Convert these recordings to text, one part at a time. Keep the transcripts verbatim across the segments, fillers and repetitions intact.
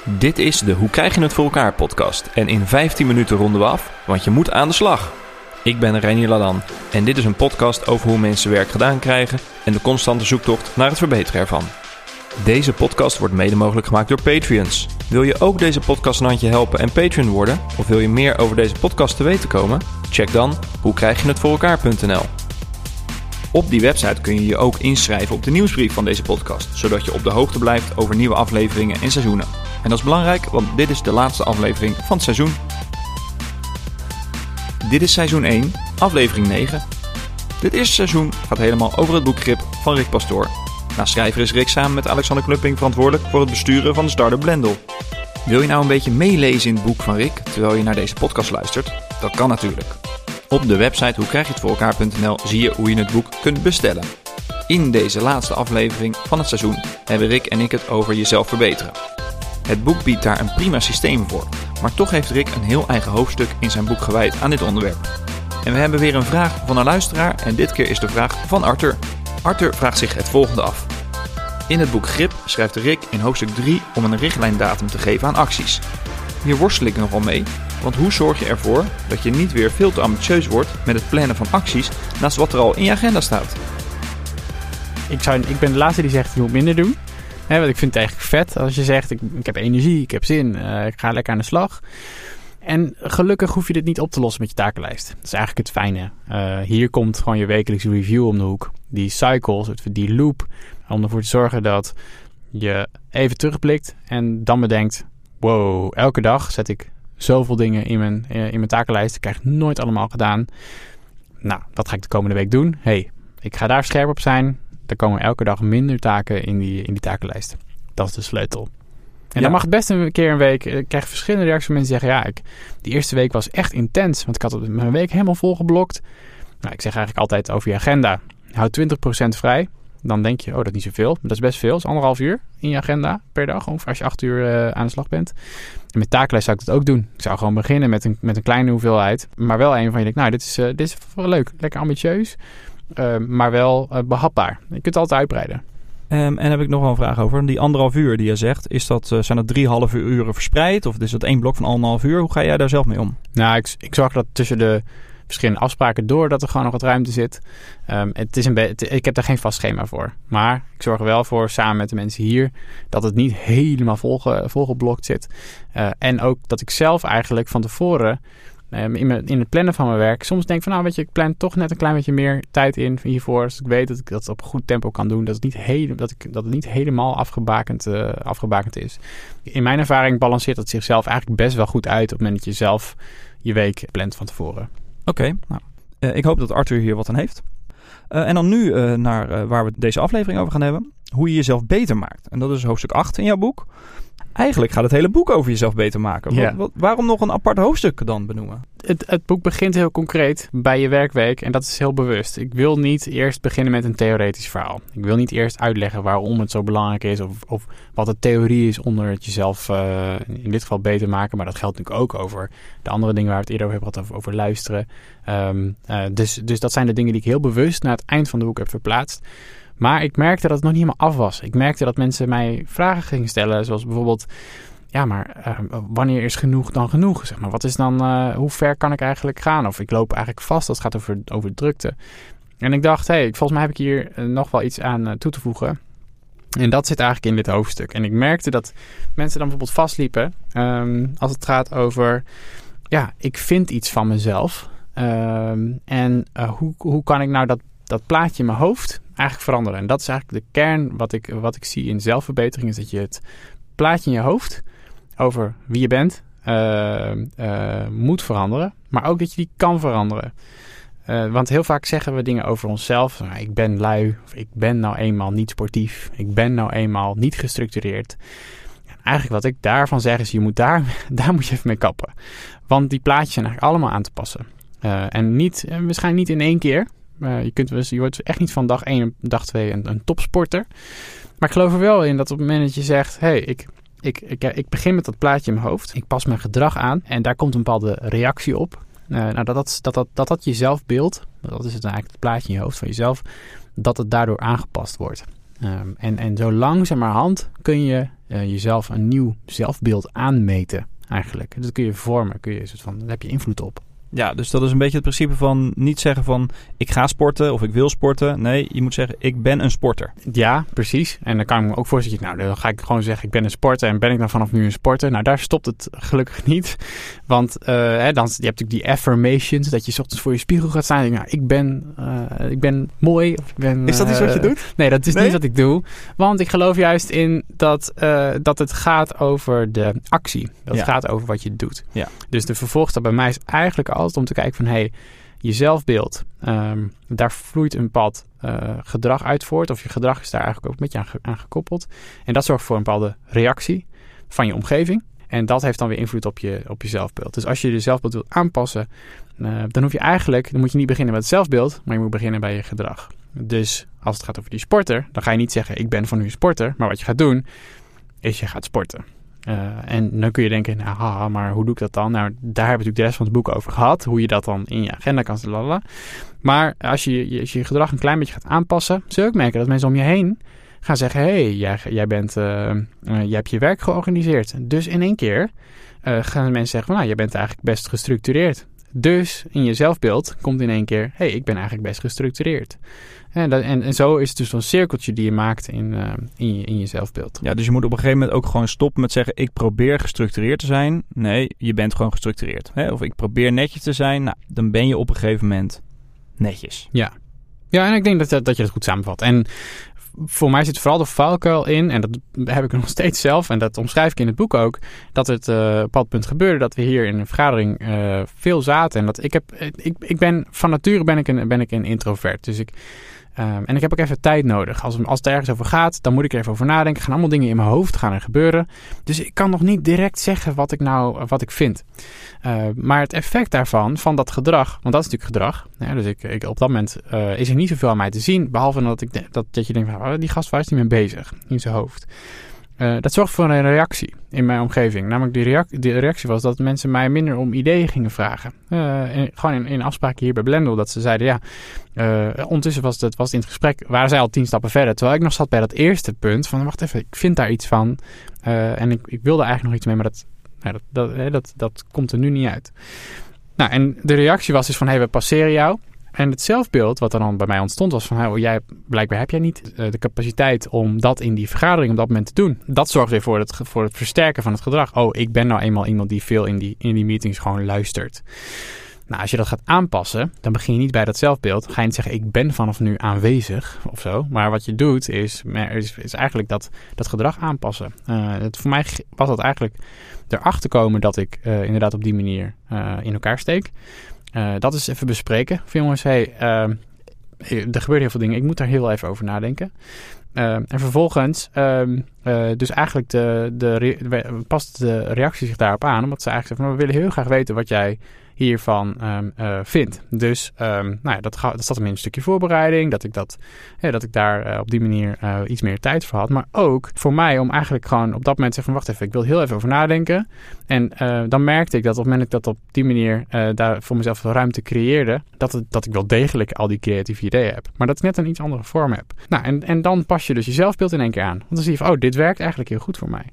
Dit is de Hoe krijg je het voor elkaar podcast en in vijftien minuten ronden we af, want je moet aan de slag. Ik ben Reinier Ladan en dit is een podcast over hoe mensen werk gedaan krijgen en de constante zoektocht naar het verbeteren ervan. Deze podcast wordt mede mogelijk gemaakt door Patreons. Wil je ook deze podcast een handje helpen en Patreon worden? Of wil je meer over deze podcast te weten komen? Check dan hoe krijg je het voor elkaar punt n l. Op die website kun je je ook inschrijven op de nieuwsbrief van deze podcast, zodat je op de hoogte blijft over nieuwe afleveringen en seizoenen. En dat is belangrijk, want dit is de laatste aflevering van het seizoen. Dit is seizoen één, aflevering negen. Dit eerste seizoen gaat helemaal over het boek Grip van Rick Pastoor. Naast schrijver is Rick samen met Alexander Klupping verantwoordelijk voor het besturen van de start-up Blendel. Wil je nou een beetje meelezen in het boek van Rick, terwijl je naar deze podcast luistert? Dat kan natuurlijk. Op de website hoe krijg je het voor elkaar punt n l zie je hoe je het boek kunt bestellen. In deze laatste aflevering van het seizoen hebben Rick en ik het over jezelf verbeteren. Het boek biedt daar een prima systeem voor, maar toch heeft Rick een heel eigen hoofdstuk in zijn boek gewijd aan dit onderwerp. En we hebben weer een vraag van een luisteraar en dit keer is de vraag van Arthur. Arthur vraagt zich het volgende af. In het boek Grip schrijft Rick in hoofdstuk drie om een richtlijndatum te geven aan acties. Hier worstel ik nogal mee, want hoe zorg je ervoor dat je niet weer veel te ambitieus wordt met het plannen van acties naast wat er al in je agenda staat? Ik, zou, ik ben de laatste die zegt je moet minder doen. He, want ik vind het eigenlijk vet als je zegt ik, ik heb energie, ik heb zin, uh, ik ga lekker aan de slag. En gelukkig hoef je dit niet op te lossen met je takenlijst. Dat is eigenlijk het fijne. Uh, hier komt gewoon je wekelijkse review om de hoek. Die cycles, die loop, om ervoor te zorgen dat je even terugblikt en dan bedenkt, wow, elke dag zet ik zoveel dingen in mijn, in mijn takenlijst. Ik krijg het nooit allemaal gedaan. Nou, wat ga ik de komende week doen? Hey, ik ga daar scherp op zijn. Er komen elke dag minder taken in die, in die takenlijst. Dat is de sleutel. En ja. Dan mag het best een keer een week. Ik krijg verschillende reacties van mensen die zeggen, ja, ik, die eerste week was echt intens. Want ik had mijn week helemaal volgeblokt. Nou, ik zeg eigenlijk altijd over je agenda. Hou twintig procent vrij. Dan denk je, oh, dat is niet zoveel. Maar dat is best veel. Dat is anderhalf uur in je agenda per dag. Ongeveer als je acht uur uh, aan de slag bent. En met takenlijst zou ik dat ook doen. Ik zou gewoon beginnen met een, met een kleine hoeveelheid. Maar wel een van je denkt, nou, dit is, uh, dit is wel leuk. Lekker ambitieus. Uh, maar wel uh, behapbaar. Je kunt het altijd uitbreiden. Um, en heb ik nog wel een vraag over. Die anderhalf uur die je zegt, is dat, uh, zijn dat drie halve uren verspreid? Of is dat één blok van anderhalf uur? Hoe ga jij daar zelf mee om? Nou, ik, ik zorg dat tussen de verschillende afspraken door dat er gewoon nog wat ruimte zit. Um, het is een be- het, ik heb daar geen vast schema voor. Maar ik zorg er wel voor, samen met de mensen hier, dat het niet helemaal volge, volgeblokt zit. Uh, en ook dat ik zelf eigenlijk van tevoren Um, in, me, in het plannen van mijn werk soms denk van nou weet je, ik plan toch net een klein beetje meer tijd in hiervoor. Dus ik weet dat ik dat op goed tempo kan doen. Dat het niet, hele, dat ik, dat het niet helemaal afgebakend, uh, afgebakend is. In mijn ervaring balanceert het zichzelf eigenlijk best wel goed uit op het moment dat je zelf je week plant van tevoren. Oké, okay, nou, uh, ik hoop dat Arthur hier wat aan heeft. Uh, en dan nu uh, naar uh, waar we deze aflevering over gaan hebben. Hoe je jezelf beter maakt. En dat is hoofdstuk acht in jouw boek. Eigenlijk gaat het hele boek over jezelf beter maken. Ja. Wat, wat, waarom nog een apart hoofdstuk dan benoemen? Het, het boek begint heel concreet bij je werkweek en dat is heel bewust. Ik wil niet eerst beginnen met een theoretisch verhaal. Ik wil niet eerst uitleggen waarom het zo belangrijk is of, of wat de theorie is onder het jezelf uh, in dit geval beter maken. Maar dat geldt natuurlijk ook over de andere dingen waar we het eerder over hebben gehad, over, over luisteren. Um, uh, dus, dus dat zijn de dingen die ik heel bewust naar het eind van het boek heb verplaatst. Maar ik merkte dat het nog niet helemaal af was. Ik merkte dat mensen mij vragen gingen stellen. Zoals bijvoorbeeld, ja, maar uh, wanneer is genoeg dan genoeg? Zeg maar, wat is dan, uh, hoe ver kan ik eigenlijk gaan? Of ik loop eigenlijk vast als het gaat over, over drukte. En ik dacht, hé, hey, volgens mij heb ik hier uh, nog wel iets aan uh, toe te voegen. En dat zit eigenlijk in dit hoofdstuk. En ik merkte dat mensen dan bijvoorbeeld vastliepen. Um, als het gaat over, ja, ik vind iets van mezelf. Um, en uh, hoe, hoe kan ik nou dat, dat plaatje in mijn hoofd eigenlijk veranderen? En dat is eigenlijk de kern wat ik, wat ik zie in zelfverbetering. Is dat je het plaatje in je hoofd over wie je bent uh, uh, moet veranderen. Maar ook dat je die kan veranderen. Uh, want heel vaak zeggen we dingen over onszelf. Nou, ik ben lui. Of ik ben nou eenmaal niet sportief. Ik ben nou eenmaal niet gestructureerd. En eigenlijk wat ik daarvan zeg is, je moet daar, daar moet je even mee kappen. Want die plaatjes zijn eigenlijk allemaal aan te passen. Uh, en niet, uh, waarschijnlijk niet in één keer. Uh, je, kunt, je wordt echt niet van dag één en dag twee een, een topsporter. Maar ik geloof er wel in dat op het moment dat je zegt, hé, hey, ik, ik, ik, ik begin met dat plaatje in mijn hoofd. Ik pas mijn gedrag aan en daar komt een bepaalde reactie op. Uh, nou, dat dat, dat, dat, dat dat je zelfbeeld, dat is het eigenlijk het plaatje in je hoofd van jezelf, dat het daardoor aangepast wordt. Um, en, en zo langzamerhand kun je uh, jezelf een nieuw zelfbeeld aanmeten eigenlijk. Dat kun je vormen, kun je een soort van, daar heb je invloed op. Ja, dus dat is een beetje het principe van niet zeggen van ik ga sporten of ik wil sporten. Nee, je moet zeggen ik ben een sporter. Ja, precies. En dan kan ik me ook voorstellen, nou dan ga ik gewoon zeggen ik ben een sporter en ben ik dan vanaf nu een sporter. Nou, daar stopt het gelukkig niet. Want uh, hè, dan, je hebt natuurlijk die affirmations, dat je 's ochtends voor je spiegel gaat staan en denk, nou, ik ben, uh, ik ben mooi. Of ik ben, is dat iets uh, wat je doet? Nee, dat is nee? niet wat ik doe. Want ik geloof juist in dat, uh, dat het gaat over de actie. Dat het ja. gaat over wat je doet. Ja. Dus de vervolgstap bij mij is eigenlijk altijd om te kijken van, hé, hey, je zelfbeeld, um, daar vloeit een bepaald uh, gedrag uit voort. Of je gedrag is daar eigenlijk ook een beetje aan, ge- aan gekoppeld. En dat zorgt voor een bepaalde reactie van je omgeving. En dat heeft dan weer invloed op je, op je zelfbeeld. Dus als je je zelfbeeld wilt aanpassen, uh, dan hoef je eigenlijk, dan moet je niet beginnen met het zelfbeeld, maar je moet beginnen bij je gedrag. Dus als het gaat over die sporter, dan ga je niet zeggen, ik ben van nu een sporter. Maar wat je gaat doen, is je gaat sporten. Uh, en dan kun je denken, nou, haha, maar hoe doe ik dat dan? Nou, daar hebben we natuurlijk de rest van het boek over gehad. Hoe je dat dan in je agenda kan stellen. Maar als je, als je je gedrag een klein beetje gaat aanpassen, zul je ook merken dat mensen om je heen gaan zeggen, hé, hey, jij, jij, bent, uh, uh, jij hebt je werk georganiseerd. Dus in één keer uh, gaan mensen zeggen, nou, jij bent eigenlijk best gestructureerd. Dus in je zelfbeeld komt in één keer, hé, hey, ik ben eigenlijk best gestructureerd. En, dat, en, en zo is het dus zo'n cirkeltje die je maakt in, uh, in, je, in je zelfbeeld. Ja, dus je moet op een gegeven moment ook gewoon stoppen met zeggen, ik probeer gestructureerd te zijn. Nee, je bent gewoon gestructureerd. Hè? Of ik probeer netjes te zijn. Nou, dan ben je op een gegeven moment netjes. Ja, ja, en ik denk dat, dat je dat goed samenvat. En voor mij zit vooral de valkuil in, en dat heb ik nog steeds zelf, en dat omschrijf ik in het boek ook, dat het uh, op een bepaald punt gebeurde, dat we hier in een vergadering uh, veel zaten. En dat ik heb, ik, ik ben, van nature ben ik een, ben ik een introvert. Dus ik, um, en ik heb ook even tijd nodig. Als, als het ergens over gaat, dan moet ik er even over nadenken. Er gaan allemaal dingen in mijn hoofd gaan er gebeuren. Dus ik kan nog niet direct zeggen wat ik nou, wat ik vind. Uh, maar het effect daarvan, van dat gedrag, want dat is natuurlijk gedrag. Ja, dus ik, ik, op dat moment uh, is er niet zoveel aan mij te zien, behalve dat, ik de, dat, dat je denkt, van, oh, die gast, waar is die mee bezig in zijn hoofd? Uh, dat zorgt voor een reactie in mijn omgeving. Namelijk die, reac- die reactie was dat mensen mij minder om ideeën gingen vragen. Uh, en, gewoon in, in afspraken hier bij Blendel, dat ze zeiden, ja, uh, ondertussen was het, was het in het gesprek, waren zij al tien stappen verder. Terwijl ik nog zat bij dat eerste punt van, wacht even, ik vind daar iets van. Uh, en ik, ik wilde eigenlijk nog iets mee, maar dat, nou, dat, dat, dat, dat komt er nu niet uit. Nou, en de reactie was dus van, hé, hey, we passeren jou. En het zelfbeeld wat er dan bij mij ontstond was van, oh, jij, blijkbaar heb jij niet uh, de capaciteit om dat in die vergadering op dat moment te doen. Dat zorgt weer voor het, voor het versterken van het gedrag. Oh, ik ben nou eenmaal iemand die veel in die, in die meetings gewoon luistert. Nou, als je dat gaat aanpassen, dan begin je niet bij dat zelfbeeld. Dan ga je niet zeggen, ik ben vanaf nu aanwezig of zo. Maar wat je doet is, is, is eigenlijk dat, dat gedrag aanpassen. Uh, het, voor mij was dat eigenlijk erachter komen dat ik uh, inderdaad op die manier uh, in elkaar steek. Uh, dat is even bespreken. Van jongens, hey, uh, er gebeuren heel veel dingen. Ik moet daar heel even over nadenken. Uh, en vervolgens, uh, uh, dus eigenlijk de, de re- past de reactie zich daarop aan. Omdat ze eigenlijk zeggen, nou, we willen heel graag weten wat jij hiervan um, uh, vindt. Dus um, nou ja, dat, ga, dat zat hem in een stukje voorbereiding. Dat ik, dat, ja, dat ik daar uh, op die manier uh, iets meer tijd voor had. Maar ook voor mij om eigenlijk gewoon op dat moment te zeggen van, wacht even, ik wil heel even over nadenken. En uh, dan merkte ik dat op het moment dat ik dat op die manier uh, daar voor mezelf ruimte creëerde, dat, het, dat ik wel degelijk al die creatieve ideeën heb. Maar dat ik net een iets andere vorm heb. Nou, en, en dan pas je dus je zelfbeeld in één keer aan. Want dan zie je van, oh, dit werkt eigenlijk heel goed voor mij.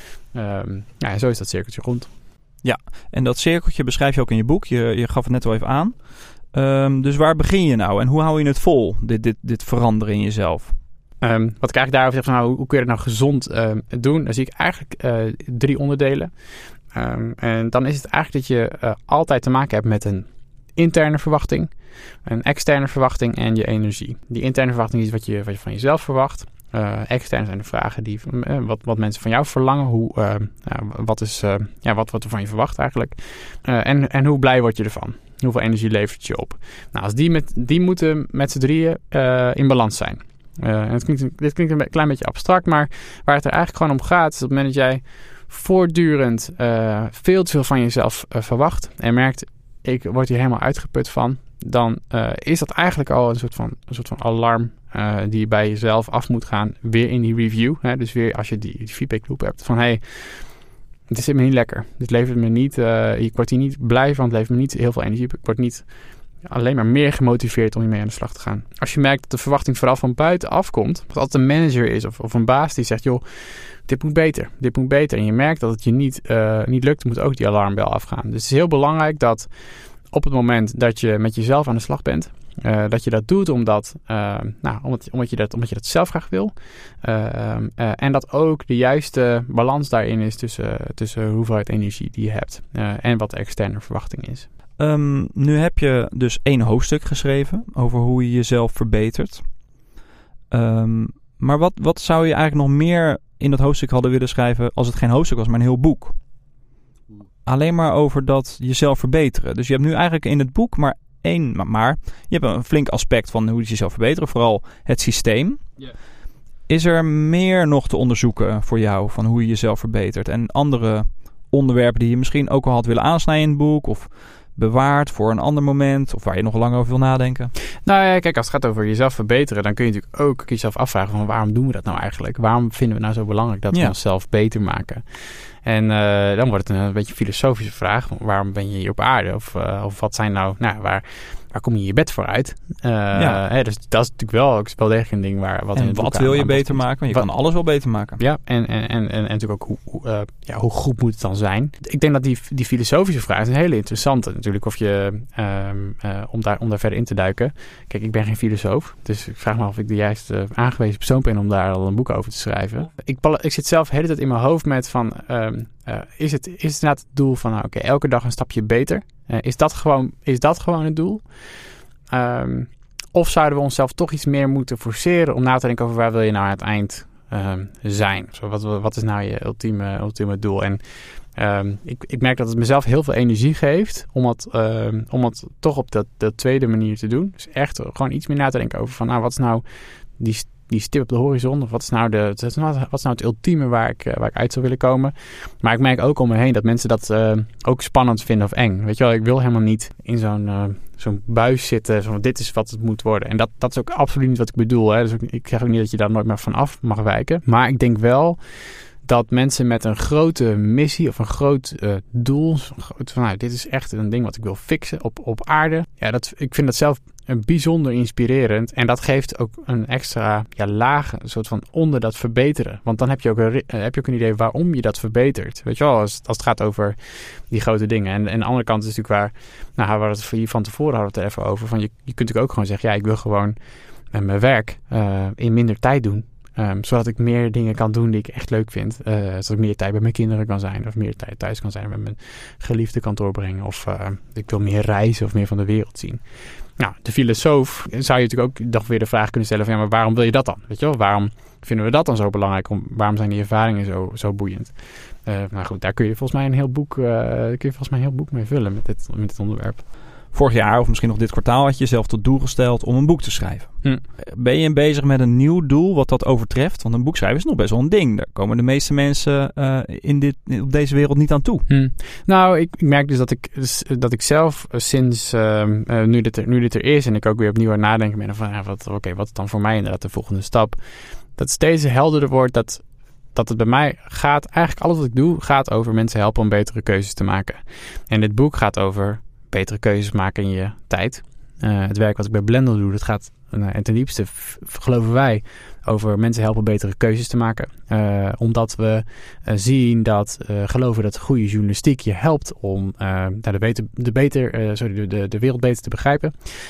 Um, ja, en zo is dat cirkeltje rond. Ja, en dat cirkeltje beschrijf je ook in je boek. Je, je gaf het net al even aan. Um, dus waar begin je nou? En hoe hou je het vol, dit, dit, dit veranderen in jezelf? Um, wat ik eigenlijk daarover zeg, van, nou, hoe, hoe kun je dat nou gezond um, doen? Dan zie ik eigenlijk uh, drie onderdelen. Um, en dan is het eigenlijk dat je uh, altijd te maken hebt met een interne verwachting, een externe verwachting en je energie. Die interne verwachting is wat je, wat je van jezelf verwacht. Uh, extern zijn de vragen die, uh, wat, wat mensen van jou verlangen. Hoe, uh, uh, wat, is, uh, ja, wat wordt er van je verwacht eigenlijk? Uh, en, en hoe blij word je ervan? Hoeveel energie levert het je op? Nou, als die, met, die moeten met z'n drieën uh, in balans zijn. Uh, en het klinkt, dit klinkt een klein beetje abstract, maar waar het er eigenlijk gewoon om gaat, is op het moment dat jij voortdurend uh, veel te veel van jezelf uh, verwacht en merkt, ik word hier helemaal uitgeput van, dan uh, is dat eigenlijk al een soort van, een soort van alarm uh, die je bij jezelf af moet gaan, weer in die review. Hè? Dus weer als je die, die feedback loop hebt van, hey, het zit me niet lekker. Dit levert me niet, uh, ik word hier niet blij van, het levert me niet heel veel energie op. Ik word niet alleen maar meer gemotiveerd om hiermee aan de slag te gaan. Als je merkt dat de verwachting vooral van buiten afkomt, of dat het een manager is of, of een baas die zegt, joh, dit moet beter, dit moet beter. En je merkt dat het je niet, uh, niet lukt, moet ook die alarmbel afgaan. Dus het is heel belangrijk dat op het moment dat je met jezelf aan de slag bent, Uh, dat je dat doet omdat, uh, nou, omdat, omdat, je dat, omdat je dat zelf graag wil. Uh, uh, en dat ook de juiste balans daarin is tussen, tussen hoeveelheid energie die je hebt. Uh, en wat de externe verwachting is. Um, nu heb je dus één hoofdstuk geschreven over hoe je jezelf verbetert. Um, maar wat, wat zou je eigenlijk nog meer in dat hoofdstuk hadden willen schrijven als het geen hoofdstuk was, maar een heel boek? Alleen maar over dat jezelf verbeteren. Dus je hebt nu eigenlijk in het boek maar één, maar je hebt een flink aspect van hoe je jezelf verbeteren, vooral het systeem. Yeah. Is er meer nog te onderzoeken voor jou van hoe je jezelf verbetert en andere onderwerpen die je misschien ook al had willen aansnijden in het boek of bewaard voor een ander moment of waar je nog langer over wil nadenken? Nou ja, kijk, als het gaat over jezelf verbeteren, dan kun je natuurlijk ook jezelf afvragen van waarom doen we dat nou eigenlijk? Waarom vinden we nou zo belangrijk dat we ja. onszelf beter maken? En uh, dan wordt het een, een beetje een filosofische vraag. Waarom ben je hier op aarde? Of, uh, of wat zijn nou, nou waar, waar kom je je bed voor uit? Uh, ja. hè, dus dat is natuurlijk wel, ook wel degelijk een ding waar wat en in het wat wil je beter maken? Want je wat, kan alles wel beter maken. Ja, en, en, en, en, en natuurlijk ook hoe, uh, ja, hoe goed moet het dan zijn? Ik denk dat die, die filosofische vraag is een hele interessante. Natuurlijk of je, um, uh, om, daar, om daar verder in te duiken. Kijk, ik ben geen filosoof. Dus ik vraag me af of ik de juiste aangewezen persoon ben om daar al een boek over te schrijven. Ik, ik zit zelf de hele tijd in mijn hoofd met van Um, Uh, is, het, is het inderdaad het doel van, nou, oké, okay, elke dag een stapje beter? Uh, is, dat gewoon, is dat gewoon het doel? Um, of zouden we onszelf toch iets meer moeten forceren om na te denken over waar wil je nou aan het eind um, zijn? Zo, wat, wat is nou je ultieme, ultieme doel? En um, ik, ik merk dat het mezelf heel veel energie geeft om het, um, om het toch op dat, dat tweede manier te doen. Dus echt gewoon iets meer na te denken over van, nou, wat is nou die die stip op de horizon, of wat is nou, de, wat is nou het ultieme waar ik, waar ik uit zou willen komen. Maar ik merk ook om me heen dat mensen dat uh, ook spannend vinden of eng. Weet je wel, ik wil helemaal niet in zo'n, uh, zo'n buis zitten, zo, dit is wat het moet worden. En dat, dat is ook absoluut niet wat ik bedoel. Hè. Dus ik, ik zeg ook niet dat je daar nooit meer van af mag wijken. Maar ik denk wel dat mensen met een grote missie of een groot uh, doel, groot, van, nou, dit is echt een ding wat ik wil fixen op, op aarde. Ja, dat, ik vind dat zelf een bijzonder inspirerend. En dat geeft ook een extra ja, laag, een soort van onder dat verbeteren. Want dan heb je ook een, heb je ook een idee waarom je dat verbetert. Weet je wel, als, als het gaat over die grote dingen. En, en aan de andere kant is natuurlijk waar, nou, waar het hier van tevoren hadden we het er even over. Van je, je kunt natuurlijk ook gewoon zeggen, ja, ik wil gewoon uh, mijn werk uh, in minder tijd doen. Um, zodat ik meer dingen kan doen die ik echt leuk vind. Uh, zodat ik meer tijd bij mijn kinderen kan zijn. Of meer tijd thuis kan zijn met mijn geliefde kan doorbrengen. Of uh, ik wil meer reizen of meer van de wereld zien. Nou, de filosoof zou je natuurlijk ook nog weer de vraag kunnen stellen van, ja, maar waarom wil je dat dan? Weet je wel, waarom vinden we dat dan zo belangrijk? Om, waarom zijn die ervaringen zo, zo boeiend? Uh, nou goed, daar kun je volgens mij een heel boek, uh, kun je volgens mij een heel boek mee vullen met dit, met dit onderwerp. Vorig jaar of misschien nog dit kwartaal had je jezelf tot doel gesteld om een boek te schrijven. Hm. Ben je bezig met een nieuw doel wat dat overtreft? Want een boek schrijven is nog best wel een ding. Daar komen de meeste mensen uh, in dit, op deze wereld niet aan toe. Hm. Nou, ik, ik merk dus dat ik, dat ik zelf sinds uh, uh, nu, dit er, nu dit er is en ik ook weer opnieuw aan nadenken ben van, ja, wat, oké, okay, wat is dan voor mij inderdaad de volgende stap? Dat steeds helderder wordt dat, dat het bij mij gaat, eigenlijk alles wat ik doe, gaat over mensen helpen om betere keuzes te maken. En dit boek gaat over betere keuzes maken in je tijd. Uh, het werk wat ik bij Blendel doe, dat gaat uh, en ten diepste f- geloven wij over mensen helpen betere keuzes te maken. Uh, omdat we uh, zien dat, uh, geloven dat goede journalistiek je helpt om uh, de, beter, de, beter, uh, sorry, de, de wereld beter te begrijpen.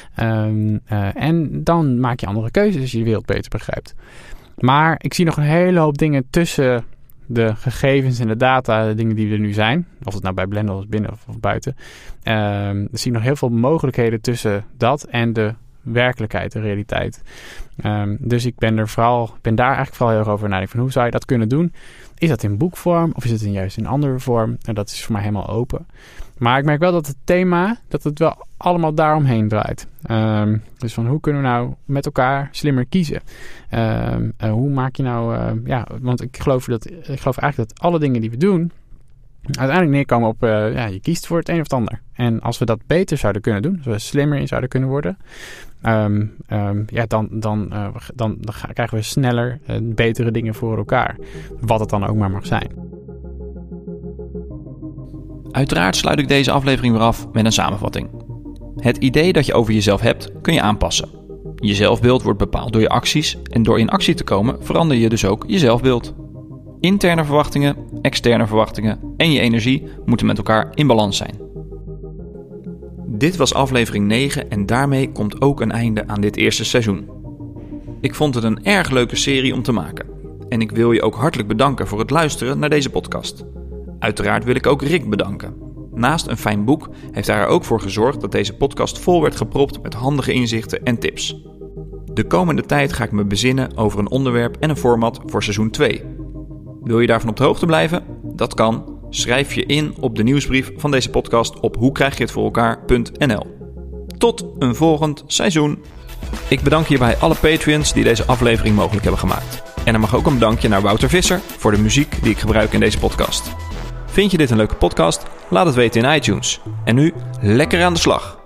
Um, uh, en dan maak je andere keuzes als je de wereld beter begrijpt. Maar ik zie nog een hele hoop dingen tussen de gegevens en de data, de dingen die er nu zijn. Of het nou bij Blendel is, binnen of, of buiten. Uh, er zie ik nog heel veel mogelijkheden tussen dat en de werkelijkheid, de realiteit. Um, dus ik ben er vooral, ben daar eigenlijk vooral heel erg over nadenken van hoe zou je dat kunnen doen? Is dat in boekvorm of is het in juist in andere vorm? En dat is voor mij helemaal open. Maar ik merk wel dat het thema, dat het wel allemaal daaromheen draait. Um, dus van hoe kunnen we nou met elkaar slimmer kiezen? Um, uh, hoe maak je nou, uh, ja, want ik geloof, dat, ik geloof eigenlijk dat alle dingen die we doen uiteindelijk neerkomen op, uh, ja, je kiest voor het een of het ander. En als we dat beter zouden kunnen doen, als we slimmer in zouden kunnen worden, um, um, ja, dan, dan, uh, dan, dan krijgen we sneller uh, betere dingen voor elkaar. Wat het dan ook maar mag zijn. Uiteraard sluit ik deze aflevering weer af met een samenvatting. Het idee dat je over jezelf hebt, kun je aanpassen. Je zelfbeeld wordt bepaald door je acties en door in actie te komen verander je dus ook je zelfbeeld. Interne verwachtingen, externe verwachtingen en je energie moeten met elkaar in balans zijn. Dit was aflevering negen en daarmee komt ook een einde aan dit eerste seizoen. Ik vond het een erg leuke serie om te maken. En ik wil je ook hartelijk bedanken voor het luisteren naar deze podcast. Uiteraard wil ik ook Rick bedanken. Naast een fijn boek heeft hij er ook voor gezorgd dat deze podcast vol werd gepropt met handige inzichten en tips. De komende tijd ga ik me bezinnen over een onderwerp en een format voor seizoen twee. Wil je daarvan op de hoogte blijven? Dat kan. Schrijf je in op de nieuwsbrief van deze podcast op hoe krijg je het voor elkaar punt n l. Tot een volgend seizoen. Ik bedank hierbij alle Patreons die deze aflevering mogelijk hebben gemaakt. En er mag ook een bedankje naar Wouter Visser voor de muziek die ik gebruik in deze podcast. Vind je dit een leuke podcast? Laat het weten in iTunes. En nu lekker aan de slag!